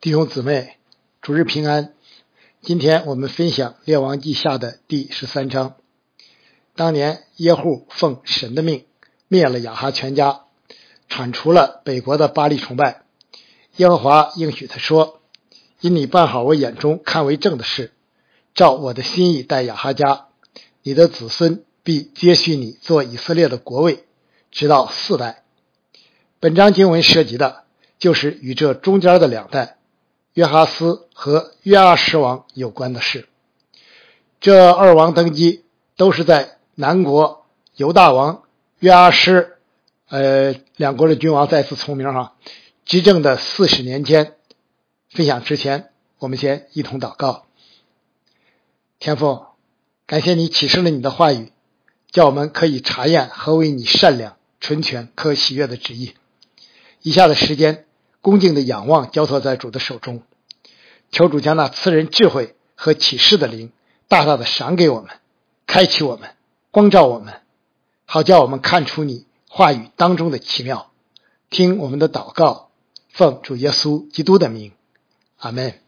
弟兄姊妹，主日平安。今天我们分享列王记下的第13章。当年耶户奉神的命灭了亚哈全家，铲除了北国的巴力崇拜。耶和华应许他说，因你办好我眼中看为正的事，照我的心意待亚哈家，你的子孙必接续你做以色列的国位，直到4代。本章经文涉及的就是与这中间的2代约哈斯和约阿施王有关的事。这2王登基都是在南国犹大王约阿施两国的君王再次重名执政的40年间。分享之前，我们先一同祷告。天父，感谢你启示了你的话语，叫我们可以查验何为你善良、纯全、可喜悦的旨意。以下的时间恭敬的仰望交托在主的手中，求主将那赐人智慧和启示的灵大大的赏给我们，开启我们，光照我们，好叫我们看出你话语当中的奇妙。听我们的祷告，奉主耶稣基督的名，阿们。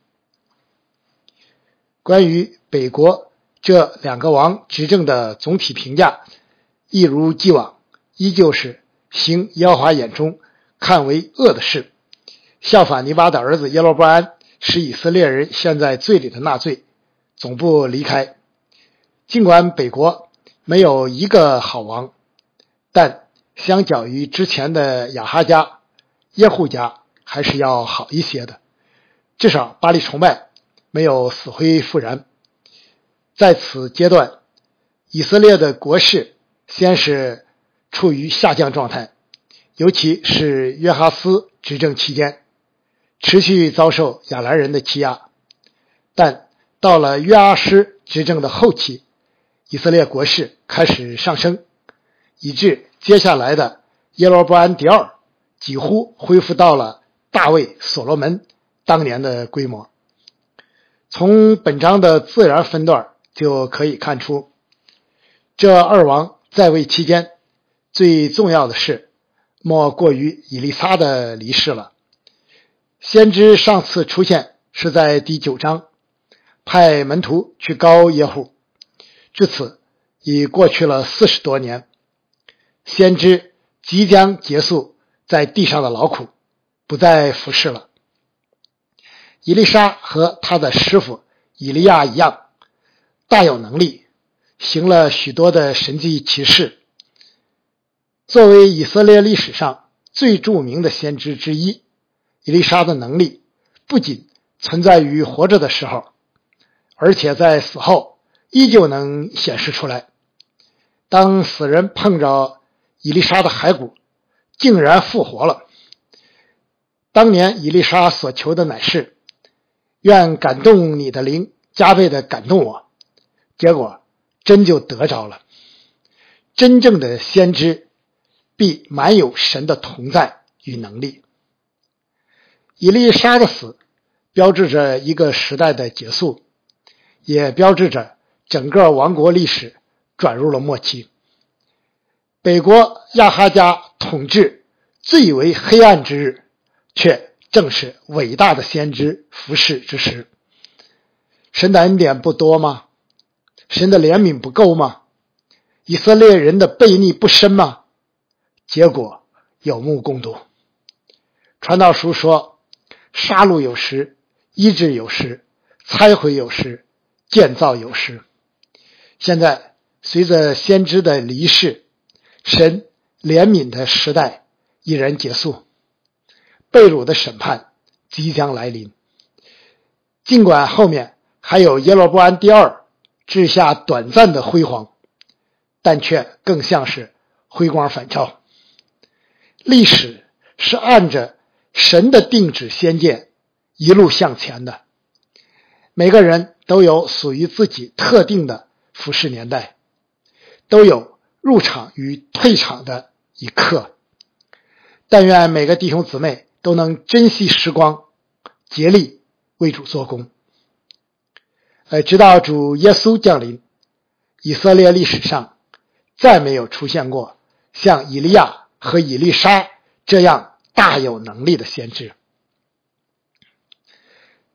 关于北国这2个王执政的总体评价，一如既往，依旧是行耶和华眼中看为恶的事，效法尼巴的儿子耶罗波安，使以色列人陷在罪里的纳罪，总不离开。尽管北国没有一个好王，但相较于之前的亚哈家、耶户家还是要好一些的，至少巴力崇拜没有死灰复燃。在此阶段，以色列的国势先是处于下降状态，尤其是约哈斯执政期间，持续遭受亚兰人的欺压。但到了约阿施执政的后期，以色列国势开始上升，以致接下来的耶罗波安第2几乎恢复到了大卫、所罗门当年的规模。从本章的自然分段就可以看出，这2王在位期间最重要的事莫过于以利沙的离世了。先知上次出现是在第9章，派门徒去膏耶户，至此已过去了40多年，先知即将结束在地上的劳苦，不再服侍了。以利沙和他的师傅以利亚一样，大有能力，行了许多的神迹奇事。作为以色列历史上最著名的先知之一，以利沙的能力不仅存在于活着的时候，而且在死后依旧能显示出来。当死人碰着以利沙的骸骨，竟然复活了。当年以利沙所求的乃是，愿感动你的灵加倍的感动我，结果真就得着了。真正的先知必满有神的同在与能力。以利沙的死标志着一个时代的结束，也标志着整个王国历史转入了末期。北国亚哈家统治最为黑暗之日，却正是伟大的先知服侍之时。神的恩典不多吗？神的怜悯不够吗？以色列人的悖逆不深吗？结果有目共睹。传道书说，杀戮有时，医治有时，拆毁有时，建造有时。现在随着先知的离世，神怜悯的时代已然结束，被掳的审判即将来临。尽管后面还有耶罗波安第2治下短暂的辉煌，但却更像是辉光返照。历史是按着神的定旨先见一路向前的，每个人都有属于自己特定的服侍年代，都有入场与退场的一刻。但愿每个弟兄姊妹都能珍惜时光，竭力为主做工。直到主耶稣降临，以色列历史上再没有出现过像以利亚和以利沙这样大有能力的先知。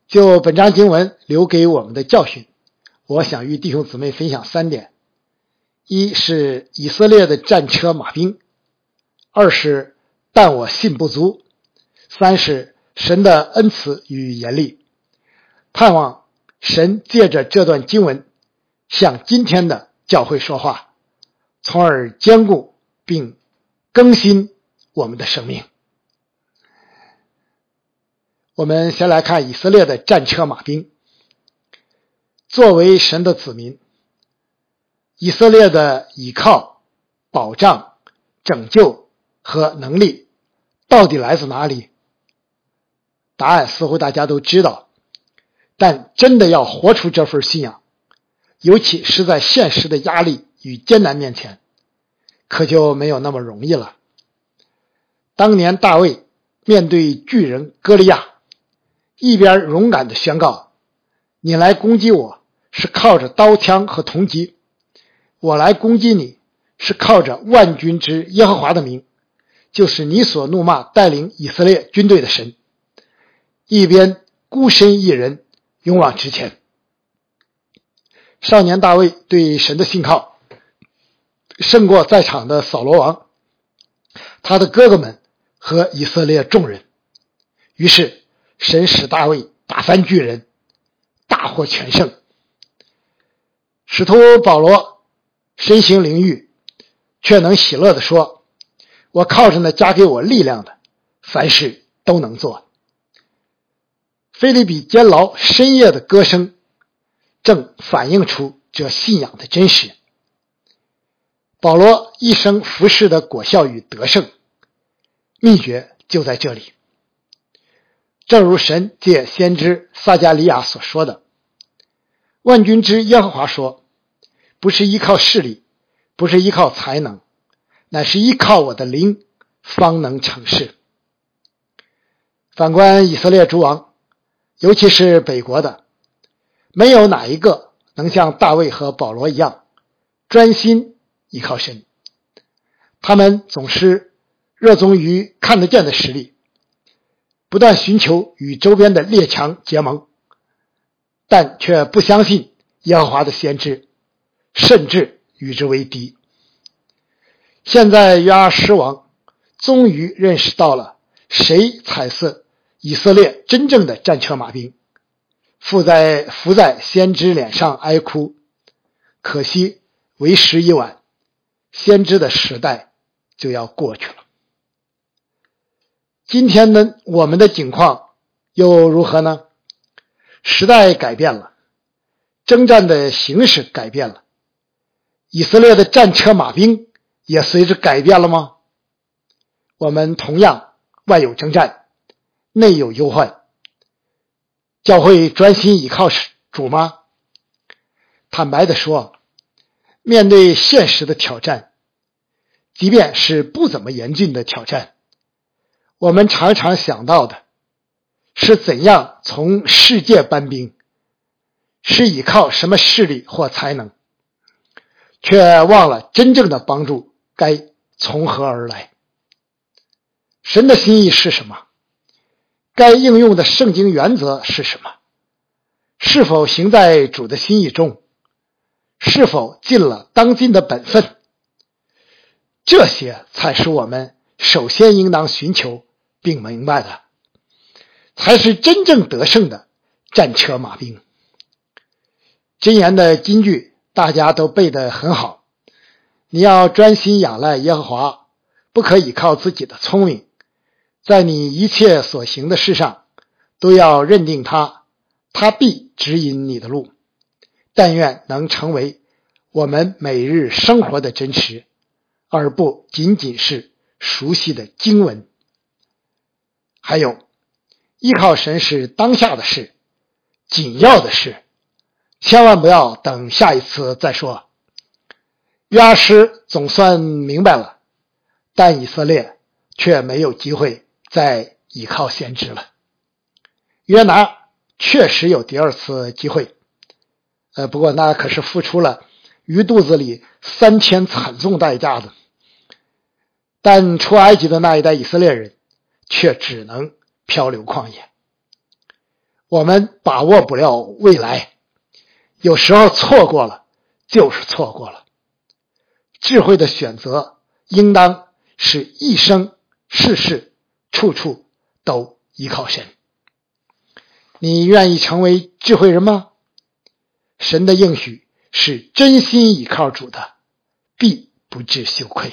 就本章经文留给我们的教训，我想与弟兄姊妹分享3点：一是以色列的战车马兵，二是但我信不足，三是神的恩慈与严厉。盼望神借着这段经文向今天的教会说话，从而坚固并更新我们的生命。我们先来看以色列的战车马兵。作为神的子民，以色列的倚靠、保障、拯救和能力到底来自哪里？答案似乎大家都知道，但真的要活出这份信仰，尤其是在现实的压力与艰难面前，可就没有那么容易了。当年大卫面对巨人歌利亚，一边勇敢地宣告，你来攻击我是靠着刀枪和铜戟，我来攻击你是靠着万军之耶和华的名，就是你所怒骂带领以色列军队的神，一边孤身一人勇往直前。少年大卫对神的信靠胜过在场的扫罗王，他的哥哥们和以色列众人。于是神使大卫打翻巨人，大获全胜。使徒保罗身行灵狱，却能喜乐地说，我靠着那加给我力量的，凡事都能做。腓立比监牢深夜的歌声正反映出这信仰的真实。保罗一生服侍的果效与得胜，秘诀就在这里。正如神借先知撒迦利亚所说的，万军之耶和华说，不是依靠势力，不是依靠才能，乃是依靠我的灵，方能成事。反观以色列诸王，尤其是北国的，没有哪一个能像大卫和保罗一样专心依靠神。他们总是热衷于看得见的实力，不断寻求与周边的列强结盟，但却不相信耶和华的先知，甚至与之为敌。现在约阿施王终于认识到了谁才是以色列真正的战车马兵，伏在先知脸上哀哭，可惜为时已晚，先知的时代就要过去了。今天呢，我们的境况又如何呢？时代改变了，征战的形势改变了，以色列的战车马兵也随之改变了吗？我们同样外有征战，内有忧患，教会专心倚靠主吗？坦白地说，面对现实的挑战，即便是不怎么严峻的挑战，我们常常想到的是怎样从世界搬兵，是依靠什么势力或才能，却忘了真正的帮助该从何而来。神的心意是什么？该应用的圣经原则是什么？是否行在主的心意中？是否尽了当今的本分？这些才是我们首先应当寻求并明白的，才是真正得胜的战车马兵。箴言的金句大家都背得很好，你要专心仰赖耶和华，不可倚靠自己的聪明，在你一切所行的事上都要认定他，他必指引你的路。但愿能成为我们每日生活的真实，而不仅仅是熟悉的经文。还有，依靠神是当下的事，紧要的事，千万不要等下一次再说。约阿施总算明白了，但以色列却没有机会再依靠先知了。约拿确实有第二次机会，不过那可是付出了鱼肚子里3000惨重代价的。但出埃及的那一代以色列人却只能漂流旷野。 我们把握不了未来，有时候错过了就是错过了。智慧的选择应当是一生事事处处都依靠神。你愿意成为智慧人吗？神的应许是真心倚靠主的，必不致羞愧。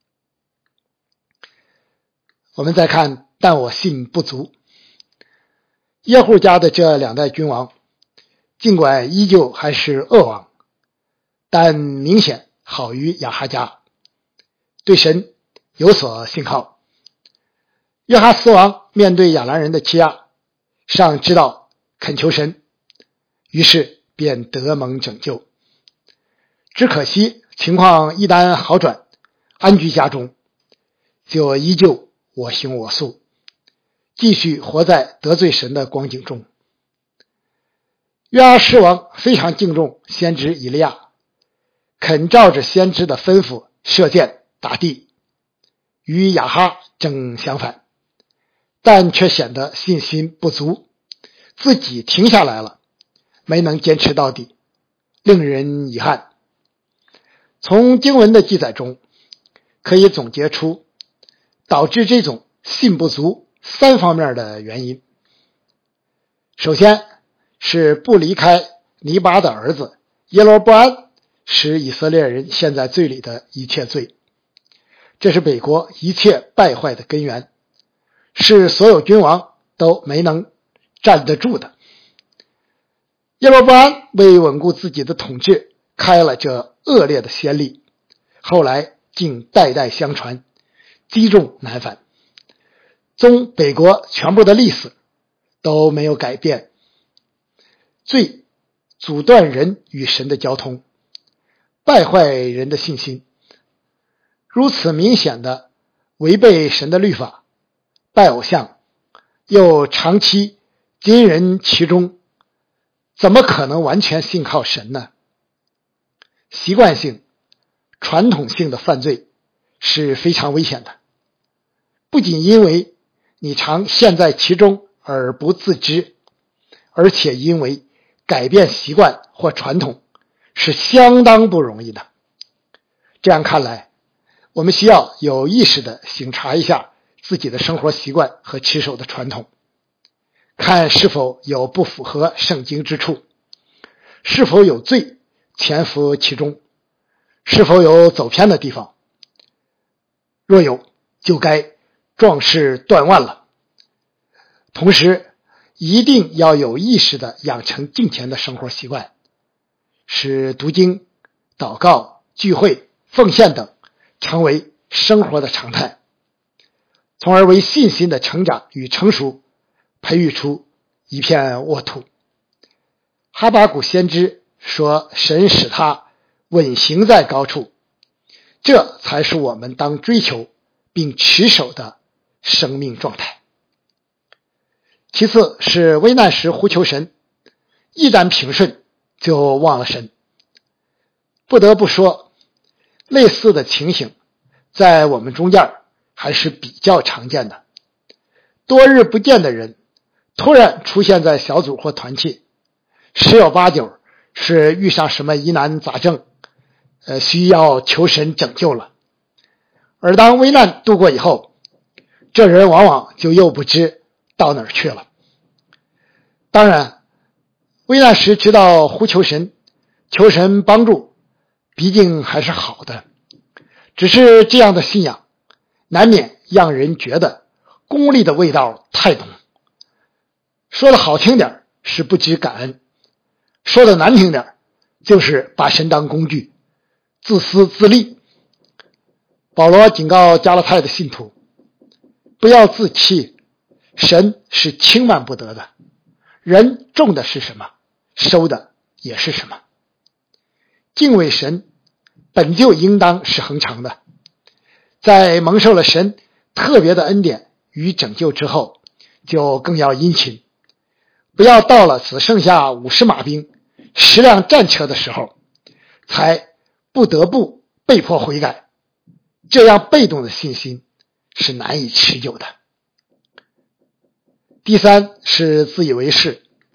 我们再看，但我信不足。耶户家的这两代君王，尽管依旧还是恶王，但明显好于亚哈家，对神有所信靠。约哈斯王面对亚兰人的欺压，尚知道恳求神，于是便得蒙拯救。只可惜情况一旦好转，安居家中，就依旧我行我素，继续活在得罪神的光景中。约阿施王非常敬重先知以利亚，肯照着先知的吩咐射箭打地，与亚哈正相反，但却显得信心不足，自己停下来了，没能坚持到底，令人遗憾。从经文的记载中可以总结出导致这种信不足三方面的原因。首先是不离开尼拔的儿子耶罗波安，使以色列人陷在罪里的一切罪，这是北国一切败坏的根源，是所有君王都没能站得住的。耶罗波安为稳固自己的统治开了这恶劣的先例，后来竟代代相传，积重难返，宗北国全部的历史都没有改变。罪阻断人与神的交通，败坏人的信心，如此明显的违背神的律法，拜偶像，又长期经人其中，怎么可能完全信靠神呢？习惯性、传统性的犯罪是非常危险的，不仅因为你常陷在其中而不自知，而且因为改变习惯或传统是相当不容易的。这样看来，我们需要有意识地省察一下自己的生活习惯和持守的传统，看是否有不符合圣经之处，是否有罪潜伏其中，是否有走偏的地方，若有，就该壮士断腕了。同时一定要有意识地养成敬虔的生活习惯，使读经、祷告、聚会、奉献等成为生活的常态，从而为信心的成长与成熟培育出一片沃土。哈巴谷先知说，神使他稳行在高处，这才是我们当追求并持守的生命状态。其次是危难时呼求神，一旦平顺就忘了神。不得不说，类似的情形在我们中间还是比较常见的。多日不见的人突然出现在小组或团契，十有八九是遇上什么疑难杂症，需要求神拯救了。而当危难度过以后，这人往往就又不知到哪儿去了。当然，危难时知道呼求神，求神帮助，毕竟还是好的。只是这样的信仰，难免让人觉得功利的味道太浓。说的好听点是不知感恩，说的难听点就是把神当工具，自私自利。保罗警告加拉太的信徒，不要自欺，神是轻慢不得的，人种的是什么，收的也是什么。敬畏神本就应当是恒常的，在蒙受了神特别的恩典与拯救之后，就更要殷勤，不要到了只剩下50马兵、10辆战车的时候，才不得不被迫悔改。这样被动的信心是难以持久的。第三是自以为是，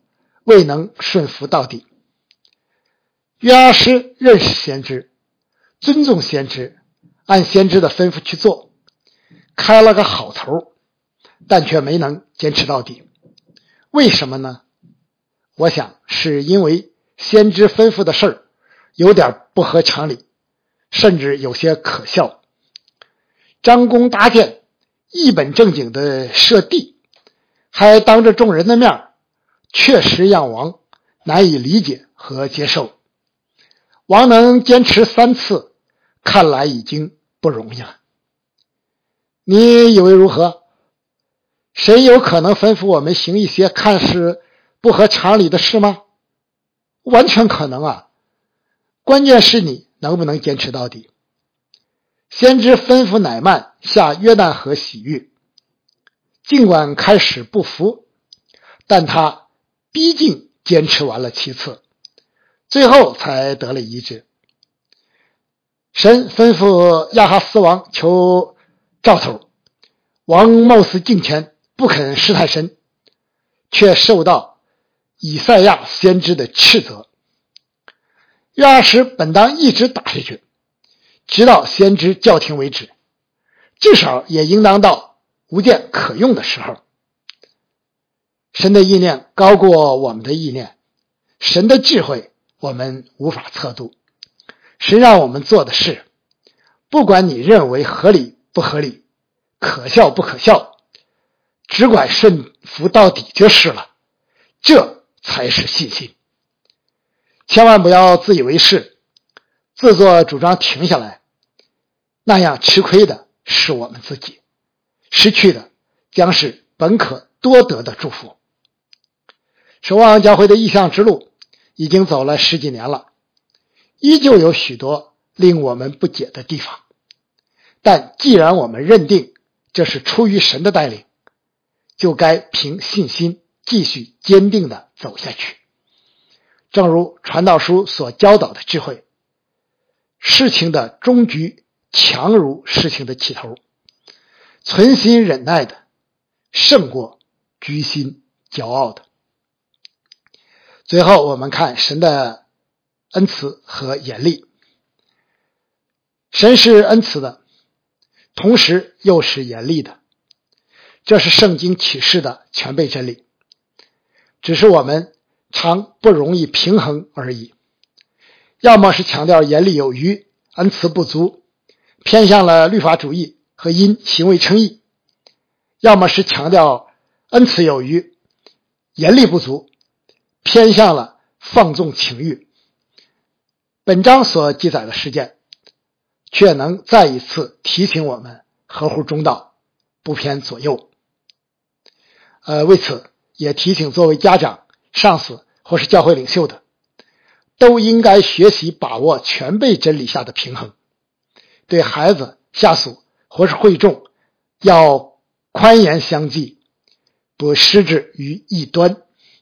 未能顺服到底。约阿施认识先知，尊重先知，按先知的吩咐去做，开了个好头，但却没能坚持到底。为什么呢？我想是因为先知吩咐的事儿有点不合常理，甚至有些可笑。张弓搭箭，一本正经的射地，还当着众人的面，确实让王难以理解和接受。王能坚持3次，看来已经不容易了。你以为如何？谁有可能吩咐我们行一些看似不合常理的事吗？完全可能啊！关键是你能不能坚持到底。先知吩咐乃縵下约旦河洗浴，尽管开始不服，但他逼近坚持完了7次，最后才得了医治。神吩咐亚哈斯王求兆头，王貌似敬虔，不肯试探神，却受到以赛亚先知的斥责。约阿施本当一直打下去，直到先知叫停为止，至少也应当到无箭可用的时候。神的意念高过我们的意念，神的智慧我们无法测度。神让我们做的事，不管你认为合理不合理，可笑不可笑，只管顺服到底就是了，这才是信心。千万不要自以为是，自作主张停下来，那样吃亏的是我们自己，失去的将是本可多得的祝福。守望教会的异象之路已经走了10几年了，依旧有许多令我们不解的地方，但既然我们认定这是出于神的带领，就该凭信心继续坚定地走下去。正如传道书所教导的智慧，事情的终局强如事情的起头，存心忍耐的胜过居心骄傲的。最后我们看神的恩慈和严厉。神是恩慈的，同时又是严厉的，这是圣经启示的全备真理，只是我们常不容易平衡而已。要么是强调严厉有余，恩慈不足，偏向了律法主义和因行为称义；要么是强调恩慈有余，严厉不足，偏向了放纵情欲。本章所记载的事件却能再一次提醒我们合乎中道，不偏左右。为此也提醒作为家长、上司或是教会领袖的，都应该学习把握全备真理下的平衡，对孩子、下属或是会众要宽严相济，不失之于异端。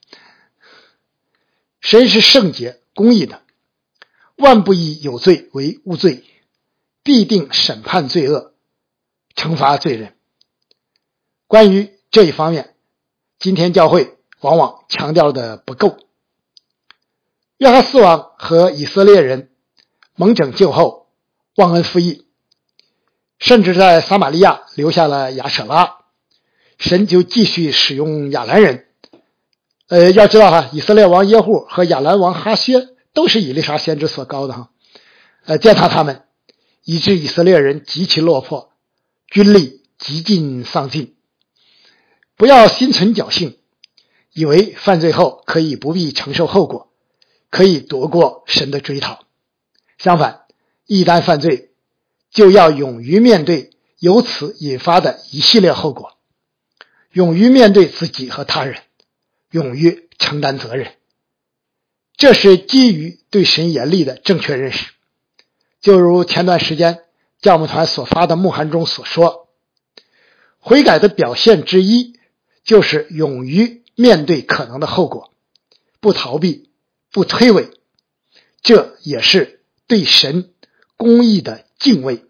神是圣洁公义的，万不以有罪为无罪，必定审判罪恶，惩罚罪人。关于这一方面，今天教会往往强调的不够。约哈斯王和以色列人蒙拯救后忘恩负义，甚至在撒玛利亚留下了亚舍拉，神就继续使用亚兰人。要知道以色列王耶户和亚兰王哈薛都是以利沙先知所膏的践踏他们，以致以色列人极其落魄，军力极尽丧尽。不要心存侥幸，以为犯罪后可以不必承受后果，可以躲过神的追讨。相反，一旦犯罪，就要勇于面对由此引发的一系列后果，勇于面对自己和他人，勇于承担责任。这是基于对神严厉的正确认识。就如前段时间教牧团所发的牧函中所说，悔改的表现之一就是勇于面对可能的后果，不逃避，不推诿，这也是对神公义的敬畏。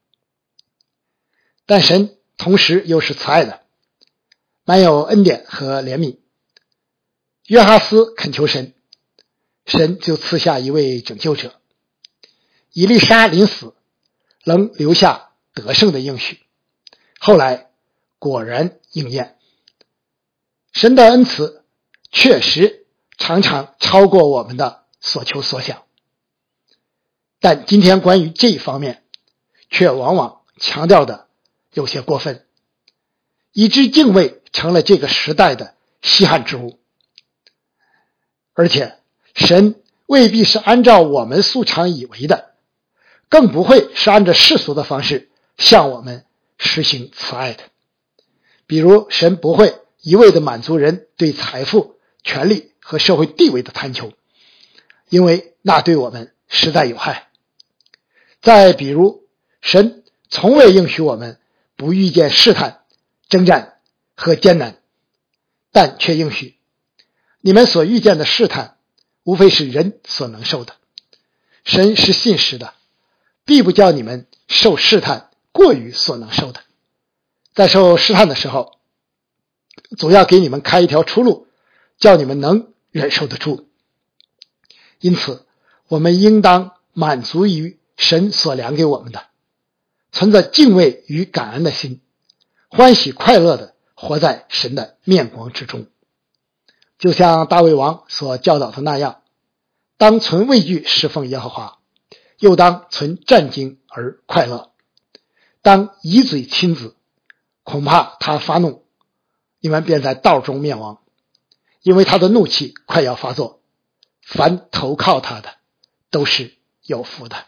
但神同时又是慈爱的，满有恩典和怜悯。 约哈斯恳求神，神就赐下一位拯救者。以利沙临死仍留下得胜的应许，后来果然应验。神的恩慈确实常常超过我们的所求所想，但今天关于这一方面却往往强调的有些过分，以致敬畏成了这个时代的稀罕之物。而且神未必是按照我们素常以为的，更不会是按照世俗的方式向我们实行慈爱的。比如神不会一味的满足人对财富、权力和社会地位的贪求，因为那对我们实在有害。再比如神从未应许我们不遇见试探、征战和艰难，但却应许你们所遇见的试探无非是人所能受的，神是信实的，必不叫你们受试探过于所能受的。在受试探的时候，总要给你们开一条出路，叫你们能忍受得住。因此我们应当满足于神所量给我们的，存着敬畏与感恩的心，欢喜快乐的活在神的面光之中。就像大卫王所教导的那样，当存畏惧侍奉耶和华，又当存战兢而快乐。当以嘴亲子，恐怕他发怒，你们便在道中灭亡，因为他的怒气快要发作。凡投靠他的都是有福的。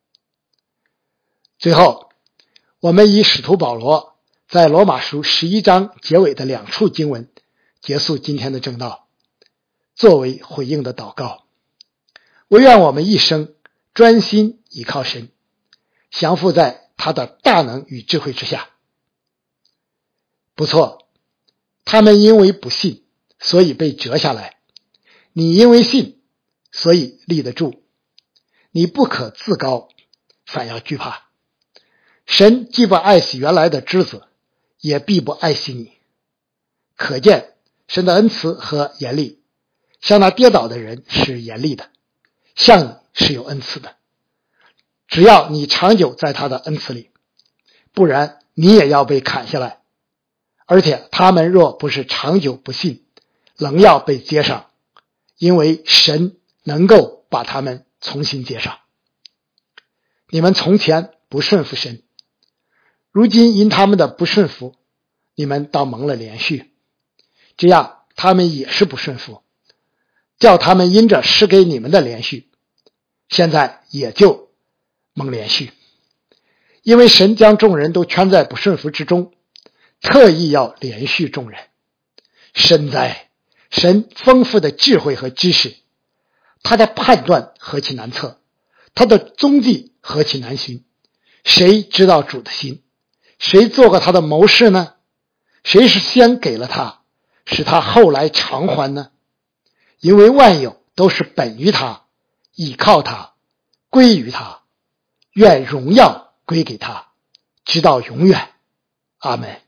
最后，我们以使徒保罗在罗马书11章结尾的2处经文结束今天的正道，作为回应的祷告。我愿我们一生专心倚靠神，降服在他的大能与智慧之下。不错，他们因为不信，所以被折下来；你因为信，所以立得住。你不可自高，反要惧怕。神既不爱惜原来的枝子，也必不爱惜你。可见神的恩慈和严厉，向那跌倒的人是严厉的，向你是有恩慈的。只要你长久在他的恩慈里，不然你也要被砍下来。而且他们若不是长久不信，仍要被接上，因为神能够把他们重新接上。你们从前不顺服神，如今因他们的不顺服，你们倒蒙了连续。这样他们也是不顺服，叫他们因着施给你们的连续，现在也就蒙连续。因为神将众人都圈在不顺服之中，特意要连续众人。深哉，神丰富的智慧和知识，他的判断何其难测，他的踪迹何其难寻。谁知道主的心？谁做过他的谋士呢？谁是先给了他，使他后来偿还呢？因为万有都是本于他，倚靠他，归于他，愿荣耀归给他，直到永远。阿们。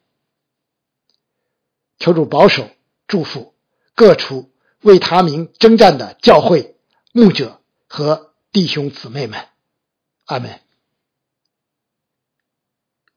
求主保守祝福各处为他名征战的教会、牧者和弟兄姊妹们。阿们。